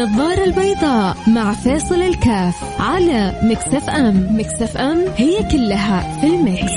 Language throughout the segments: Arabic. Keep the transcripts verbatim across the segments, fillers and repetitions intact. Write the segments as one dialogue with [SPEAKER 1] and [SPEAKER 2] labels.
[SPEAKER 1] النظارة البيضاء مع فاصل الكاف على ميكس اف ام. ميكس اف ام هي كلها في الميكس.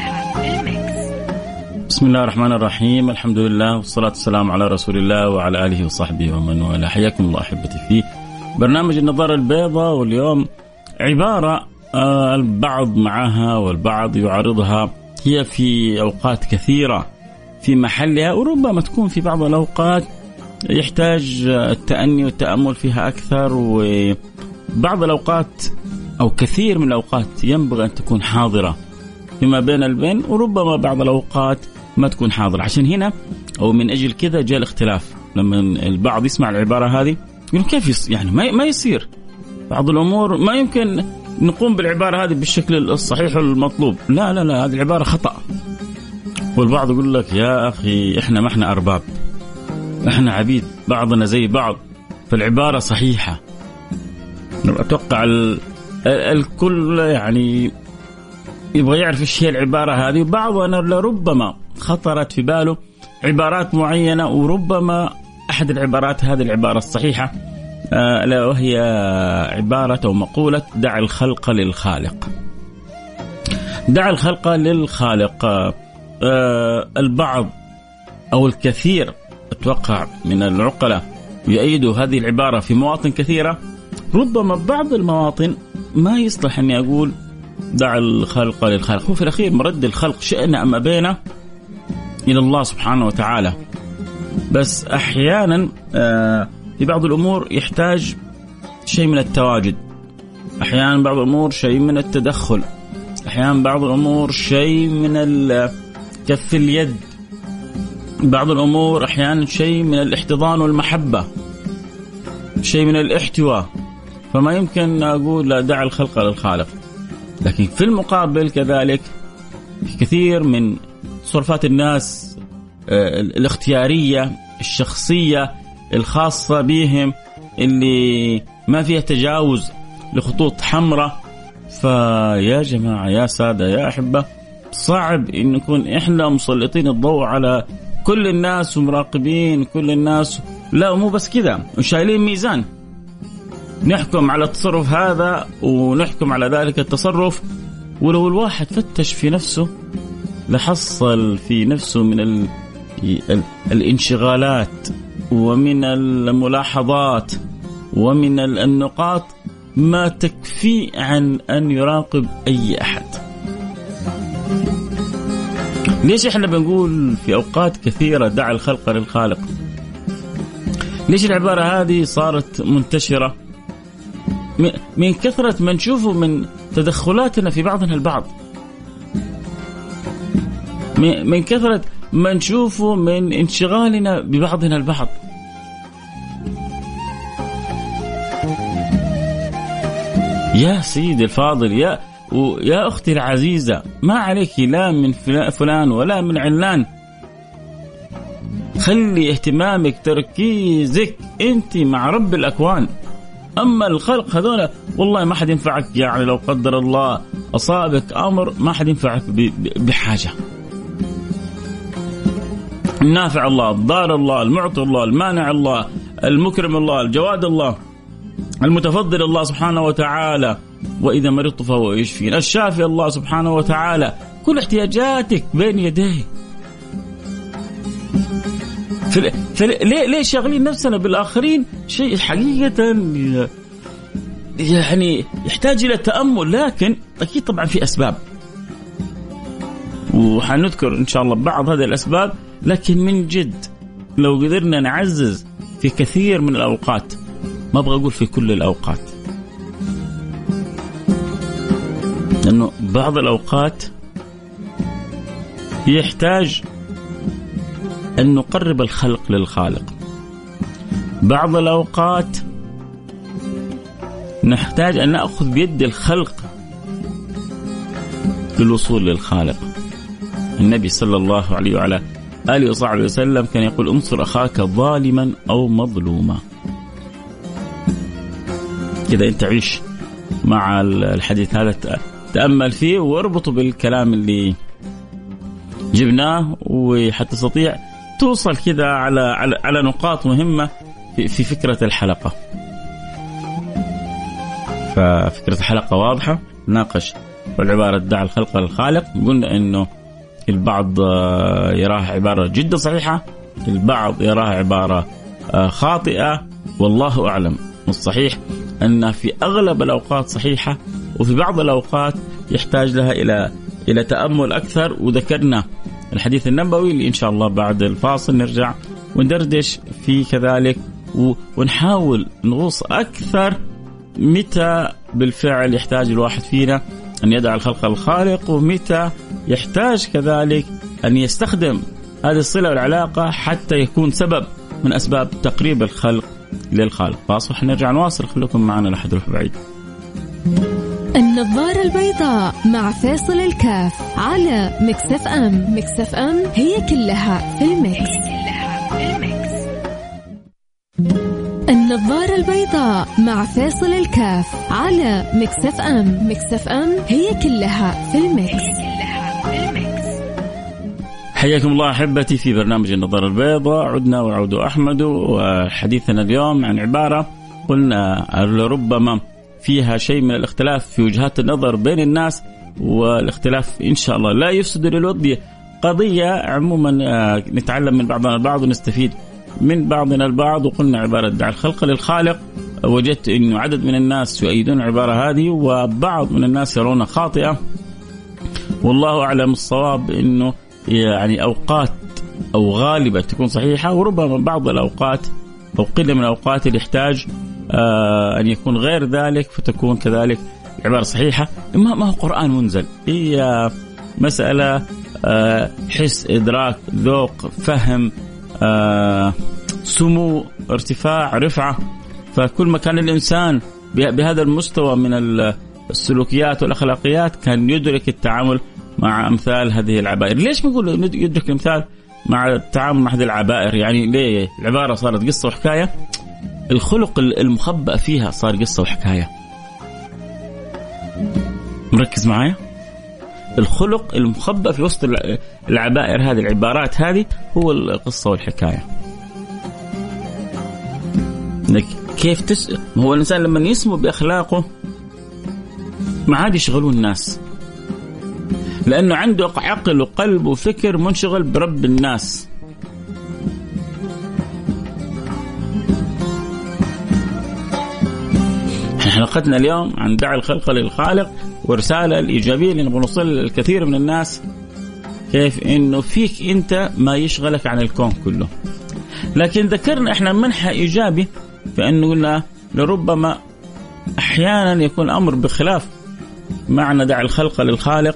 [SPEAKER 2] بسم الله الرحمن الرحيم، الحمد لله والصلاة والسلام على رسول الله وعلى آله وصحبه ومن والاه. حياكم الله أحبتي في برنامج النظارة البيضاء. واليوم عبارة البعض معها والبعض يعارضها، هي في أوقات كثيرة في محلها، وربما تكون في بعض الأوقات يحتاج التأني والتأمل فيها أكثر، وبعض الأوقات أو كثير من الأوقات ينبغي أن تكون حاضرة فيما بين البين، وربما بعض الأوقات ما تكون حاضرة. عشان هنا أو من أجل كذا جاء الاختلاف. لما البعض يسمع العبارة هذه يقول كيف يص... يعني ما ما يصير بعض الأمور، ما يمكن نقوم بالعبارة هذه بالشكل الصحيح والمطلوب. لا لا لا، هذه العبارة خطأ. والبعض يقول لك يا أخي إحنا ما إحنا أرباب، إحنا عبيد، بعضنا زي بعض، فالعبارة صحيحة. أتوقع ال... الكل يعني يبغى يعرف إيش هي العبارة هذه. وبعضنا لربما خطرت في باله عبارات معينة، وربما أحد العبارات هذه العبارة الصحيحة، آه وهي عبارة أو مقولة دع الخلق للخالق. دع الخلق للخالق. آه البعض أو الكثير أتوقع من العقلاء يؤيدوا هذه العبارة في مواطن كثيرة. ربما بعض المواطن ما يصلح أني أقول دع الخلق للخالق. هو في الأخير مرد الخلق شأن أما بينه إلى الله سبحانه وتعالى. بس أحيانا آه في بعض الأمور يحتاج شيء من التواجد، أحيانا بعض الأمور شيء من التدخل، أحيانا بعض الأمور شيء من كف اليد، بعض الأمور أحيانا شيء من الاحتضان والمحبة، شيء من الاحتواء. فما يمكن أقول لا دع الخلق للخالق. لكن في المقابل كذلك كثير من تصرفات الناس الاختيارية الشخصية الخاصة بهم اللي ما فيها تجاوز لخطوط حمراء. فيا جماعة يا سادة يا أحبة، صعب إن نكون إحنا مسلطين الضوء على كل الناس ومراقبين كل الناس. لا، مو بس كذا، وشايلين ميزان نحكم على التصرف هذا ونحكم على ذلك التصرف. ولو الواحد فتش في نفسه لحصل في نفسه من ال... ال... الانشغالات ومن الملاحظات ومن النقاط ما تكفي عن أن يراقب أي أحد. ليش إحنا بنقول في أوقات كثيرة دع الخلق للخالق؟ ليش العبارة هذه صارت منتشرة؟ من كثرة ما نشوفه من تدخلاتنا في بعضنا البعض، من كثرة ما نشوفه من انشغالنا ببعضنا البعض. يا سيدي الفاضل، يا ويا أختي العزيزة، ما عليك لا من فلان ولا من علان. خلي اهتمامك تركيزك أنت مع رب الأكوان. أما الخلق هذول والله ما حد ينفعك، يعني لو قدر الله أصابك أمر ما حد ينفعك بحاجة. النافع الله، الضار الله، المعطي الله، المانع الله، المكرم الله، الجواد الله، المتفضل الله سبحانه وتعالى، وإذا مرضت فهو يشفين، الشافي الله سبحانه وتعالى. كل احتياجاتك بين يديه. فليه ليه شاغلين نفسنا بالآخرين؟ شيء حقيقة يعني يحتاج إلى تأمل. لكن أكيد طبعا في أسباب، وحنذكر إن شاء الله بعض هذه الأسباب. لكن من جد لو قدرنا نعزز في كثير من الأوقات، ما أبغى أقول في كل الأوقات، لأنه بعض الأوقات يحتاج أن نقرب الخلق للخالق، بعض الأوقات نحتاج أن نأخذ بيد الخلق للوصول للخالق. النبي صلى الله عليه وعلى آله وصحبه وسلم كان يقول انصر أخاك ظالما أو مظلوما. كذا أنت عيش مع الحديث هذا، تأمل فيه واربطه بالكلام اللي جبناه، وحتى تستطيع توصل كذا على على على نقاط مهمة في في فكرة الحلقة. ففكرة الحلقة واضحة، ناقش والعبارة دع الخلق للخالق. قلنا إنه البعض يراها عبارة جدا صحيحة، البعض يراها عبارة خاطئة، والله أعلم. الصحيح أنها في أغلب الأوقات صحيحة، وفي بعض الأوقات يحتاج لها إلى إلى تأمل أكثر. وذكرنا الحديث النبوي اللي إن شاء الله بعد الفاصل نرجع وندردش فيه كذلك، ونحاول نغوص أكثر متى بالفعل يحتاج الواحد فينا أن يدع الخلق الخالق، ومتى يحتاج كذلك أن يستخدم هذه الصلة والعلاقة حتى يكون سبب من أسباب تقريب الخلق للخالق. فاصل نرجع نواصل، خلوكم معنا لحد روح بعيد.
[SPEAKER 1] النظارة البيضاء مع فاصل الكاف على ميكس اف ام. ميكس اف ام هي كلها في الميكس. النظارة البيضاء مع فاصل الكاف على ميكس اف ام. ميكس اف ام هي كلها في الميكس.
[SPEAKER 2] حياكم الله أحبتي في برنامج النظارة البيضاء. عدنا وعود أحمد، وحديثنا اليوم عن عبارة قلنا ربما فيها شيء من الاختلاف في وجهات النظر بين الناس، والاختلاف إن شاء الله لا يفسد للود. قضية عموما نتعلم من بعضنا البعض ونستفيد من بعضنا البعض. وقلنا عبارة دع الخلق للخالق، وجدت أنه عدد من الناس يؤيدون العبارة هذه، وبعض من الناس يرونها خاطئة، والله أعلم الصواب. أنه يعني أوقات أو غالبا تكون صحيحة، وربما بعض الأوقات أو قلة من الأوقات اللي يحتاج آه أن يكون غير ذلك فتكون كذلك عبارة صحيحة. ما هو قرآن منزل، هي مسألة آه حس، إدراك، ذوق، فهم، آه سمو، ارتفاع، رفعة. فكل ما كان الإنسان بهذا المستوى من السلوكيات والأخلاقيات كان يدرك التعامل مع أمثال هذه العبائر. ليش بنقول يدرك المثال مع التعامل مع هذه العبائر؟ يعني ليه العبارة صارت قصة وحكاية؟ الخلق المخبأ فيها صار قصة وحكاية. مركز معايا؟ الخلق المخبأ في وسط العبائر هذه، العبارات هذه، هو القصة والحكاية. كيف تس... هو الإنسان لما يسمو بأخلاقه ما عاد يشغلون الناس، لأنه عنده عقل وقلب وفكر منشغل برب الناس. حلقتنا اليوم عن دع الخلق للخالق، ورسالة الإيجابية اللي نبغى نوصل للكثير من الناس، كيف إنه فيك أنت ما يشغلك عن الكون كله. لكن ذكرنا إحنا منحى إيجابي، فإنه قلنا لربما أحيانا يكون أمر بخلاف معنى دع الخلق للخالق،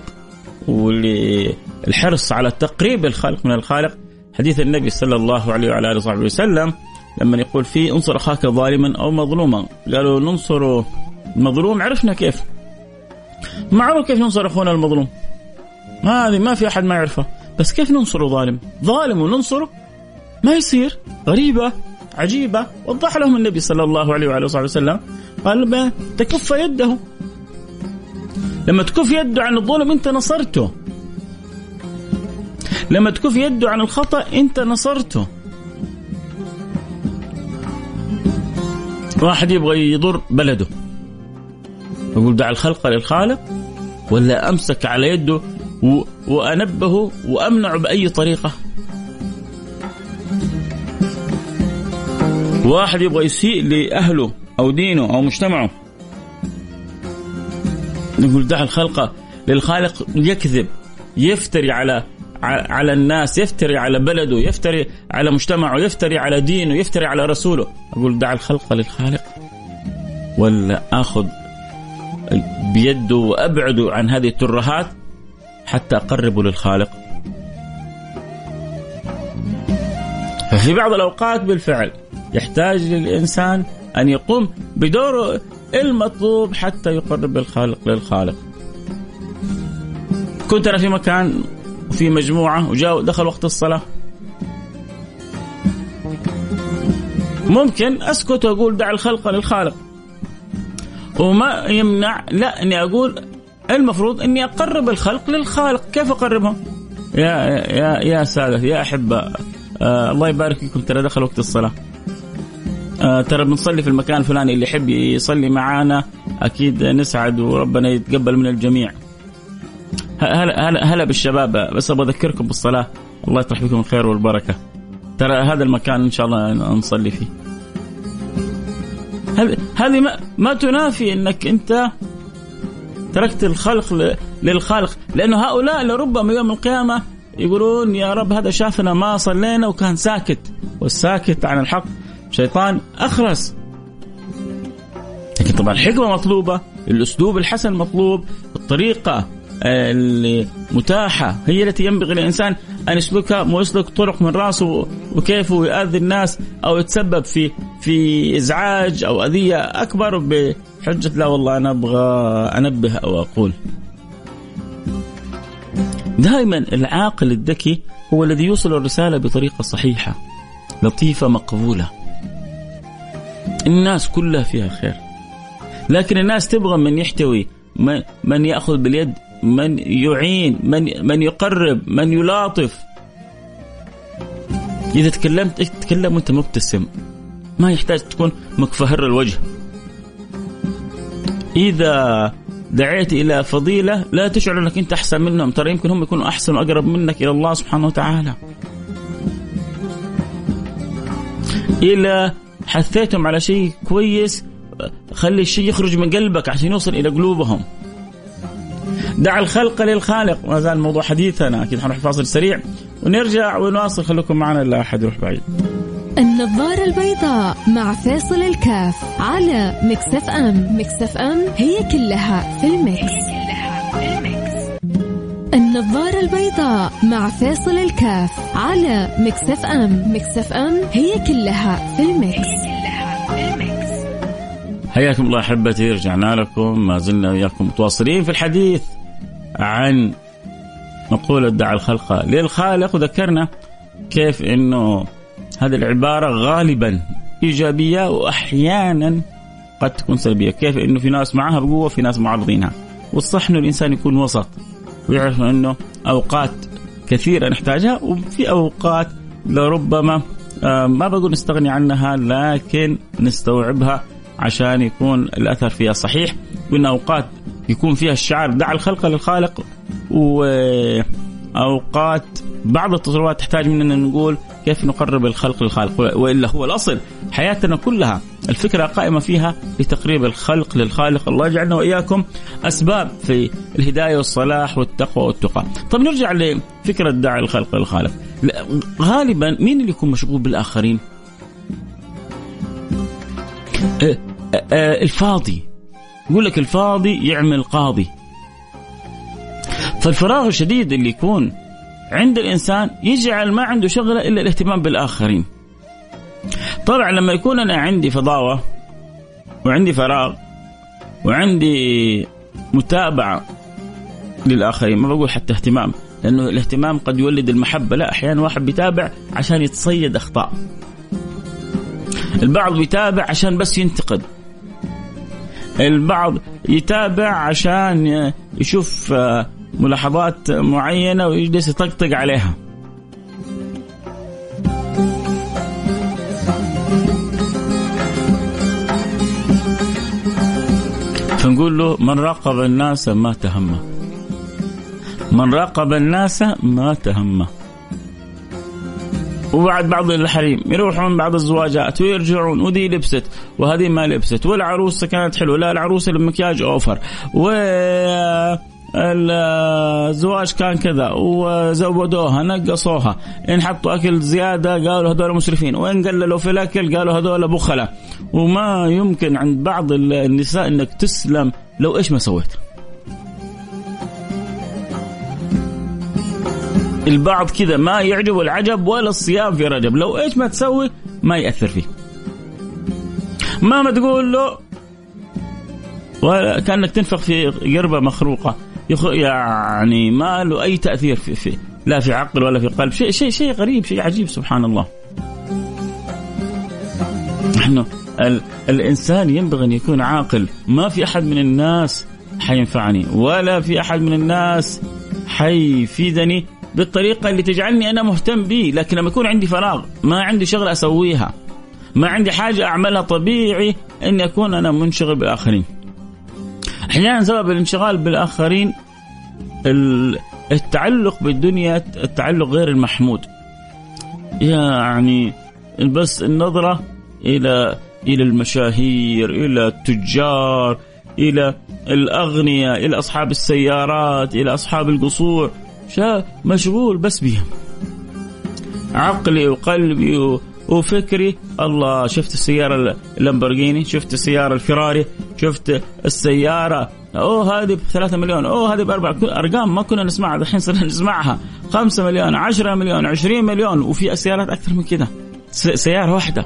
[SPEAKER 2] والحرص على تقريب الخلق من الخالق. حديث النبي صلى الله عليه وعلى آله وصحبه وسلم لما يقول فيه انصر أخاك ظالما أو مظلوما، قالوا ننصر المظلوم. عرفنا كيف، معروف كيف ننصر أخونا المظلوم، هذه ما في أحد ما يعرفه. بس كيف ننصر ظالم؟ ظالم وننصره ما يصير، غريبة عجيبة. وضح لهم النبي صلى الله عليه وعلى آله وسلم، قال تكف يده، لما تكف يده عن الظلم أنت نصرته، لما تكف يده عن الخطأ أنت نصرته. واحد يبغى يضر بلده يقول دع الخلق للخالق، ولا أمسك على يده وأنبهه وأمنعه بأي طريقة؟ واحد يبغى يسيء لأهله أو دينه أو مجتمعه نقول دع الخلق للخالق، يكذب، يفتري على على الناس، يفتري على بلده، يفتري على مجتمعه، يفتري على دينه، يفتري على رسوله. أقول دع الخلق للخالق، ولا أخذ بيده وأبعده عن هذه الترهات حتى أقربه للخالق؟ ففي بعض الأوقات بالفعل يحتاج للإنسان أن يقوم بدوره المطلوب حتى يقرب الخالق للخالق. كنت أنا في مكان وفي مجموعة وجاء دخل وقت الصلاة، ممكن أسكت وأقول دع الخلق للخالق، وما يمنع لا أني أقول المفروض أني أقرب الخلق للخالق. كيف أقربهم؟ يا يا يا سادة يا أحبة، آه الله يبارك فيكم، ترى دخل وقت الصلاة، آه ترى بنصلي في المكان الفلاني، اللي يحب يصلي معانا أكيد نسعد وربنا يتقبل من الجميع. هلا هلا هلا بالشباب، بس أبغى أذكركم بالصلاة، الله يطرح بكم الخير والبركة. ترى هذا المكان إن شاء الله نصلي فيه. هذه ما, ما تنافي أنك أنت تركت الخلق للخالق، لأنه هؤلاء لربما يوم القيامة يقولون يا رب هذا شافنا ما صلينا وكان ساكت، والساكت عن الحق شيطان أخرس. لكن طبعا الحكمة مطلوبة، الأسلوب الحسن مطلوب، الطريقة المتاحة هي التي ينبغي للإنسان أن يسلكها، مو يسلك طرق من رأسه وكيفه يؤذي الناس أو يتسبب في في إزعاج أو أذية أكبر بحجة لا والله أنا أبغى أنبه أو أقول. دائما العاقل الذكي هو الذي يوصل الرسالة بطريقة صحيحة لطيفة مقبولة، الناس كلها فيها خير، لكن الناس تبغى من يحتوي، من, من يأخذ باليد، من يعين، من, من يقرب، من يلاطف. إذا تكلمت تتكلم وانت مبتسم، ما يحتاج تكون مكفهر الوجه. إذا دعيت إلى فضيلة لا تشعر أنك أنت أحسن منهم، ترى يمكن هم يكونوا أحسن وأقرب منك إلى الله سبحانه وتعالى. إذا حثيتهم على شيء كويس خلي الشيء يخرج من قلبك عشان يوصل إلى قلوبهم. دع الخلق للخالق، ما زال موضوع حديثنا، أكيد حنروح فاصل سريع ونرجع ونواصل. خليكم معنا لا أحد يروح بعيد.
[SPEAKER 1] النظارة البيضاء مع فاصل الكاف على ميكس اف ام. ميكس اف ام هي كلها في الميكس. النظارة البيضاء مع فاصل الكاف على ميكس اف ام. ميكس اف ام هي كلها في الميكس.
[SPEAKER 2] حياكم الله أحبتي، رجعنا لكم، ما زلنا وياكم متواصلين في الحديث عن مقولة دع الخلق للخالق، وذكرنا كيف إنه هذه العبارة غالبا إيجابية وأحيانا قد تكون سلبية، كيف إنه في ناس معها بقوة في ناس معارضينها، والصح إنه الإنسان يكون وسط ويعرف إنه أوقات كثيرة نحتاجها وفي أوقات لربما ما بقول نستغني عنها لكن نستوعبها عشان يكون الأثر فيها صحيح، وإن أوقات يكون فيها الشعار دع الخلق للخالق، وأوقات بعض التصرفات تحتاج مننا نقول كيف نقرب الخلق للخالق، وإلا هو الأصل حياتنا كلها الفكرة قائمة فيها لتقريب الخلق للخالق. الله يجعلنا وإياكم أسباب في الهداية والصلاح والتقوى والتقى. طب نرجع لفكرة دع الخلق للخالق. غالبا مين اللي يكون مشغول بالآخرين؟ الفاضي. يقول لك الفاضي يعمل قاضي. فالفراغ الشديد اللي يكون عند الإنسان يجعل ما عنده شغلة إلا الاهتمام بالآخرين. طبعا لما يكون أنا عندي فضاوة وعندي فراغ وعندي متابعة للآخرين، ما بقول حتى اهتمام، لأنه الاهتمام قد يولد المحبة، لا، أحيانا واحد بيتابع عشان يتصيد أخطاء، البعض يتابع عشان بس ينتقد، البعض يتابع عشان يشوف ملاحظات معينة ويجلس يطقطق عليها. فنقول له من راقب الناس ما تهمه، من راقب الناس ما تهمه. وبعد بعض الحريم يروحون بعض الزواجات ويرجعون ودي لبست وهذه ما لبست، والعروسة كانت حلوة، لا العروسة المكياج أوفر، والزواج كان كذا وزودوها نقصوها، إن حطوا أكل زيادة قالوا هذول مسرفين، وإن قللوا في الأكل قالوا هذول بخلة. وما يمكن عند بعض النساء إنك تسلم لو إيش ما سويت. البعض كذا ما يعجب العجب ولا الصيام في رجب، لو إيش ما تسوي ما يأثر فيه، ما ما تقول له وكأنك تنفخ في قربة مخروقة، يعني ما له أي تأثير في, في لا في عقل ولا في قلب، شيء شيء شيء غريب، شيء عجيب سبحان الله. نحن الإنسان ينبغي أن يكون عاقل، ما في أحد من الناس حينفعني ولا في أحد من الناس حيفيدني بالطريقة اللي تجعلني أنا مهتم به. لكن لما يكون عندي فراغ ما عندي شغلة أسويها، ما عندي حاجة أعملها طبيعي أن يكون أنا منشغل بالآخرين. أحيانا سبب الانشغال بالآخرين التعلق بالدنيا، التعلق غير المحمود، يعني بس النظرة إلى إلى المشاهير، إلى التجار، إلى الأغنياء، إلى أصحاب السيارات، إلى أصحاب القصور، مشغول بس بهم. عقلي وقلبي وفكري الله، شفت السيارة اللامبورغيني، شفت السيارة الفيراري، شفت السيارة أوه هذه بثلاثة مليون، أوه هذه بأربع، أرقام ما كنا نسمعها الحين صرنا نسمعها، خمسة مليون، عشرة مليون، عشرين مليون، وفي سيارات أكثر من كده، سيارة واحدة.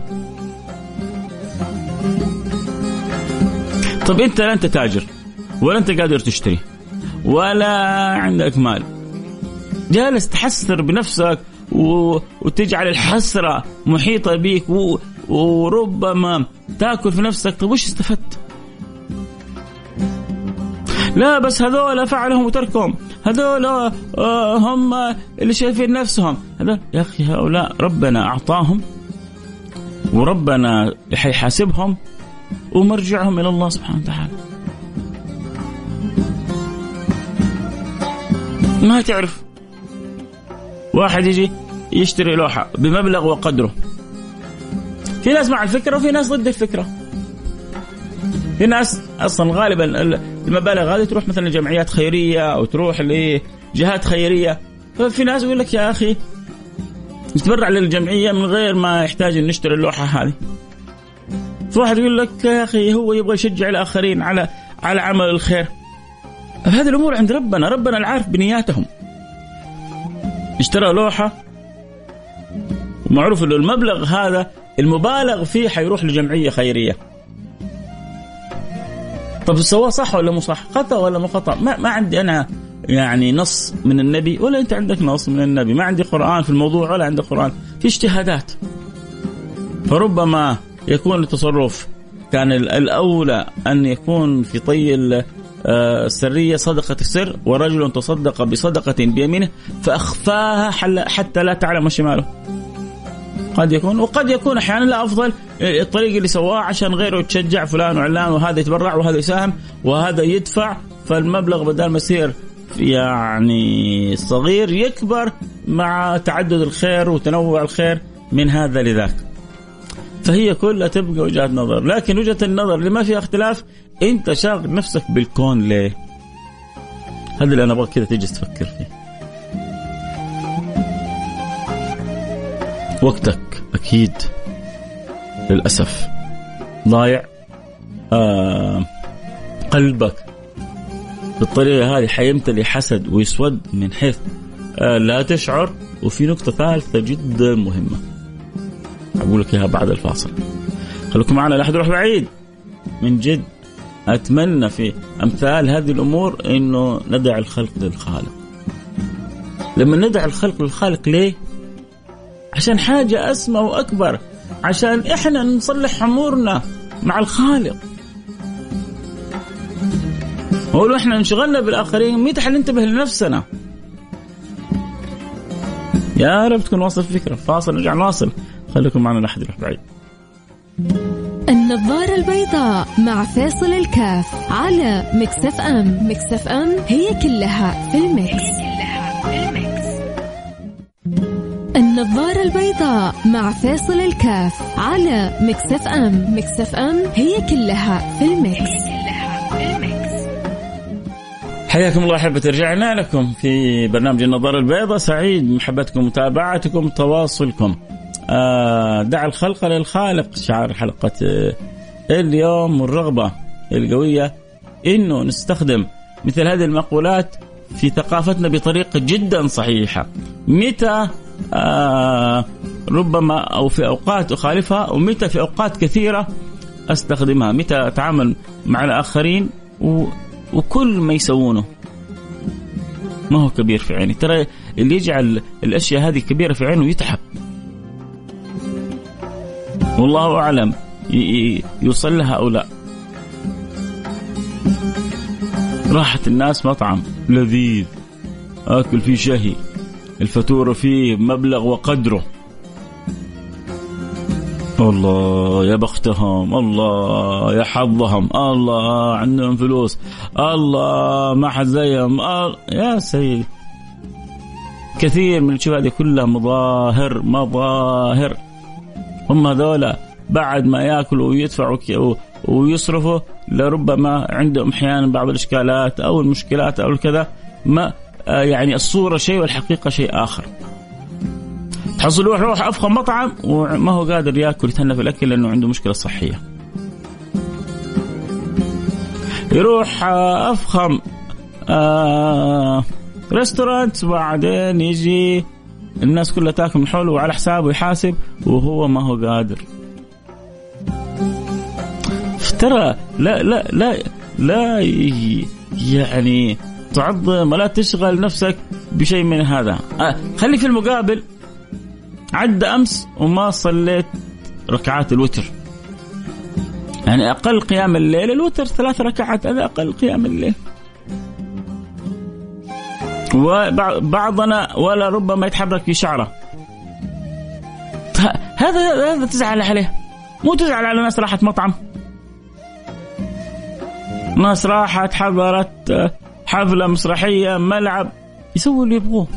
[SPEAKER 2] طب أنت لا أنت تاجر ولا أنت قادر تشتري ولا عندك مال، جالس تحسر بنفسك وتجعل الحسرة محيطة بيك و... وربما تأكل في نفسك. طب وش استفدت؟ لا بس هذول فعلهم وتركهم، هذول هم اللي شايفين نفسهم هذول. يا أخي هؤلاء ربنا أعطاهم وربنا حيحاسبهم ومرجعهم إلى الله سبحانه وتعالى. ما تعرف واحد يجي يشتري لوحة بمبلغ وقدره، في ناس مع الفكرة وفي ناس ضد الفكرة. في ناس أصلا غالبا المبالغ هذه تروح مثلا لجمعيات خيرية أو تروح لجهات خيرية، ففي ناس يقول لك يا أخي نتبرع للجمعية من غير ما يحتاج أن نشتري اللوحة هذه. في واحد يقول لك يا أخي هو يبغى يشجع الآخرين على على عمل الخير. هذه الأمور عند ربنا، ربنا العارف بنياتهم. اشترى لوحة ومعروف أنه المبلغ هذا المبالغ فيه حيروح لجمعية خيرية. طب سواء صح ولا مو صح، خطأ ولا مو خطأ، ما, ما عندي أنا يعني نص من النبي ولا أنت عندك نص من النبي، ما عندي قرآن في الموضوع ولا عندي قرآن، في اجتهادات. فربما يكون التصرف كان الأولى أن يكون في طي السرية صدقة السر، ورجل تصدق بصدقة بيمينه فأخفاها حتى لا تعلم شماله. قد يكون، وقد يكون أحيانا لا أفضل الطريق اللي سواه عشان غيره يتشجع، فلان وعلان وهذا يتبرع وهذا يساهم وهذا يدفع، فالمبلغ بدل ما يصير يعني صغير يكبر مع تعدد الخير وتنوع الخير من هذا لذاك. فهي كلها تبقى وجهة نظر، لكن وجهة النظر اللي ما فيها اختلاف انت شاغل نفسك بالكون ليه؟ هذا اللي انا ابغى كذا تيجي تفكر فيه. وقتك اكيد للاسف ضايع، آه قلبك بالطريقة هذه حيمتلي حسد ويسود من حيث آه لا تشعر. وفي نقطة ثالثة جدا مهمة أقول لك إياها بعد الفاصل، خليكم معنا لا أحد يروح بعيد. من جد أتمنى في أمثال هذه الأمور إنه ندع الخلق للخالق. لما ندع الخلق للخالق ليه؟ عشان حاجة أسمى وأكبر، عشان إحنا نصلح أمورنا مع الخالق. هو لو إحنا انشغلنا بالآخرين متى حننتبه لنفسنا؟ يا رب تكون واصل فكرة. فاصل نرجع نواصل، خليكم معنا لا أحد يروح بعيد.
[SPEAKER 1] النظارة البيضاء مع فاصل الكاف على ميكس اف ام. ميكس اف ام هي كلها في الميكس. النظارة البيضاء مع فاصل الكاف على ميكس اف ام. ميكس اف ام هي كلها في الميكس.
[SPEAKER 2] حياكم الله أحبتي، رجعنا لكم في برنامج النظارة البيضاء. سعيد محبتكم، متابعتكم، تواصلكم. آه دع الخلق للخالق شعار حلقة اليوم، والرغبة القوية إنه نستخدم مثل هذه المقولات في ثقافتنا بطريقة جدا صحيحة. متى آه ربما أو في أوقات أخالفها، ومتى في أوقات كثيرة أستخدمها. متى أتعامل مع الآخرين و وكل ما يسوونه ما هو كبير في عيني. ترى اللي يجعل الأشياء هذه كبيرة في عينه يتعب، والله أعلم يوصل لها أو لا. راحت الناس مطعم لذيذ أكل فيه شهي، الفاتورة فيه مبلغ وقدره، الله يا بختهم، الله يا حظهم، الله عندهم فلوس، الله ما حد زيهم. يا سيدي كثير من الشباب هذه كلها مظاهر مظاهر. هم هذولا بعد ما يأكلوا ويدفعوا ويصرفوا لربما عندهم أحيانا بعض الإشكالات أو المشكلات أو الكذا، ما يعني الصورة شيء والحقيقة شيء آخر. تحصل روح روح أفخم مطعم وما هو قادر يأكل يتهنى في الأكل لأنه عنده مشكلة صحية. يروح أفخم آه ريستورانت وبعدين يجي الناس كلها تاكل من حوله وعلى حسابه يحاسب وهو ما هو قادر. ترى لا لا لا لا يعني تعظم ولا تشغل نفسك بشيء من هذا. آه خلي في المقابل عدى أمس وما صليت ركعات الوتر، يعني أقل قيام الليل الوتر ثلاث ركعات، هذا أقل قيام الليل. وبعضنا ولا ربما يتحرك في شعره. هذا هذا تزعل عليه، مو تزعل على ناس راحت مطعم، ناس راحت حضرت حفلة مسرحية ملعب، يسوي اللي يبغوه.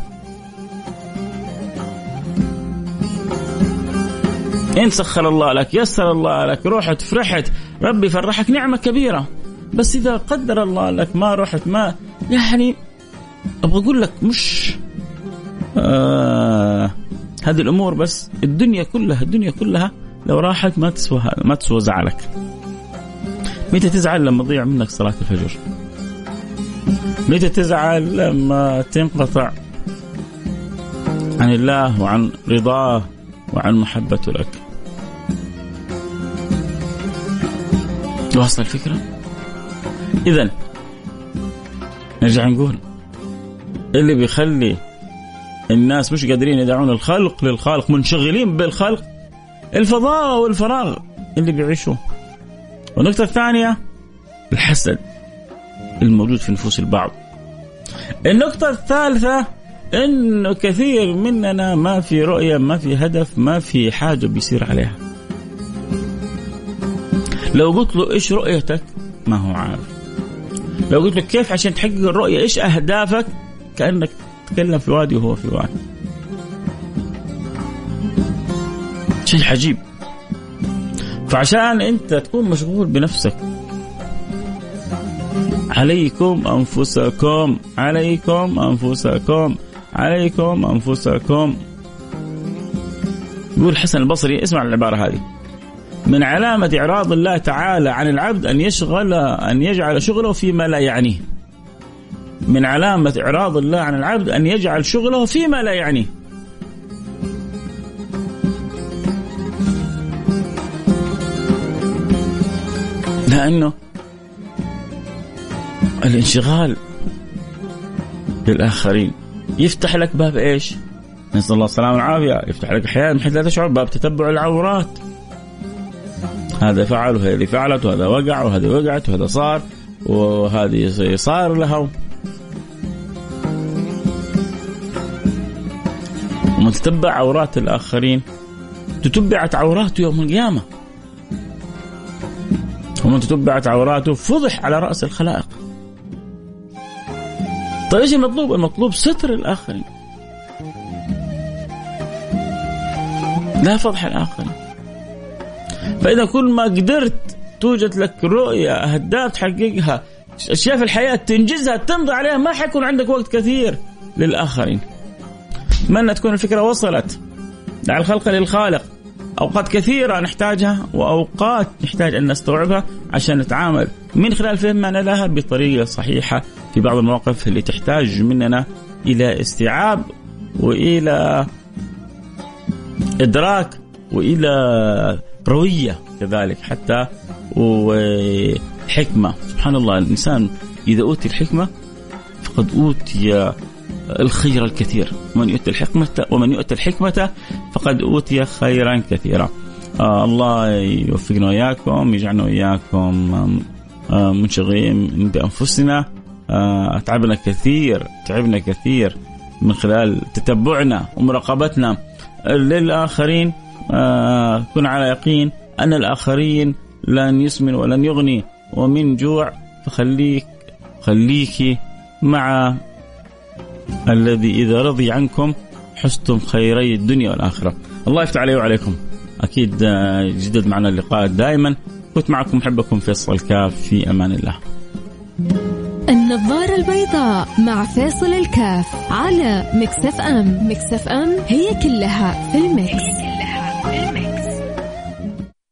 [SPEAKER 2] إن سخر الله لك يسر الله لك، روحت فرحت ربي فرحك، نعمة كبيرة. بس إذا قدر الله لك ما رحت ما يعني أبغى أقول لك مش آه هذه الأمور، بس الدنيا كلها الدنيا كلها لو راحت ما تسوى ما تسوى زعلك. متى تزعل لما تضيع منك صلاة الفجر؟ متى تزعل لما تنقطع عن الله وعن رضاه وعن محبته لك؟ واصل الفكرة؟ إذن نرجع نقول اللي بيخلي الناس مش قادرين يدعون الخلق للخالق، منشغلين بالخلق، الفضاء والفراغ اللي بيعيشوه. والنقطة الثانية الحسد الموجود في نفوس البعض. النقطة الثالثة إنه كثير مننا ما في رؤية، ما في هدف، ما في حاجة بيصير عليها. لو قلت له إيش رؤيتك ما هو عارف. لو قلت له كيف عشان تحقق الرؤية، إيش أهدافك، كأنك تتكلم في وادي وهو في وادي. شيء عجيب. فعشان أنت تكون مشغول بنفسك، عليكم أنفسكم عليكم أنفسكم عليكم أنفسكم. يقول حسن البصري، اسمع العبارة هذه: من علامة إعراض الله تعالى عن العبد أن يشغل أن يجعل شغله فيما لا يعنيه. من علامة إعراض الله عن العبد أن يجعل شغله فيما لا يعنيه. لأنه الانشغال بالآخرين يفتح لك باب إيش؟ نسأل الله السلامة والعافية. يفتح لك أحيانا من حيث لا تشعر باب تتبع العورات. هذا فعل وهذه فعلت وهذا وقع وهذه وقعت وهذا صار وهذه صار لها. ومن تتبع عورات الآخرين تتبعت عوراته يوم القيامة، ومن تتبعت عوراته فضح على رأس الخلائق. طيب ايش المطلوب؟ المطلوب ستر الآخرين، لا فضح الآخرين. فإذا كل ما قدرت توجد لك رؤية، أهداف تحققها، أشياء في الحياة تنجزها، تمضي عليها، ما حيكون عندك وقت كثير للآخرين. أتمنى تكون الفكرة وصلت. دع الخلق للخالق. أوقات كثيرة نحتاجها وأوقات نحتاج أن نستوعبها عشان نتعامل من خلال فهمنا لها بطريقة صحيحة في بعض المواقف اللي تحتاج مننا إلى استيعاب وإلى إدراك وإلى روية كذلك حتى وحكمة. سبحان الله، الإنسان إذا أوتي الحكمة فقد أوتي الخير الكثير. ومن يؤتي الحكمة ومن يؤتي الحكمة فقد أوتي خيرا كثيرا. آه الله يوفقنا وإياكم، يجعلنا وإياكم آه منشغلين بأنفسنا. آه تعبنا كثير تعبنا كثير من خلال تتبعنا ومراقبتنا للآخرين، آه كن على يقين أن الآخرين لن يسمن ولن يغني ومن جوع، فخليك خليك مع الذي إذا رضي عنكم حستم خيري الدنيا والآخرة. الله يفتح علي وعليكم. أكيد جدد معنا اللقاء دائما. كنت معكم محبكم فيصل الكاف، في أمان الله.
[SPEAKER 1] النظارة البيضاء مع فيصل الكاف على ميكس اف ام. ميكس اف ام هي كلها في الميكس.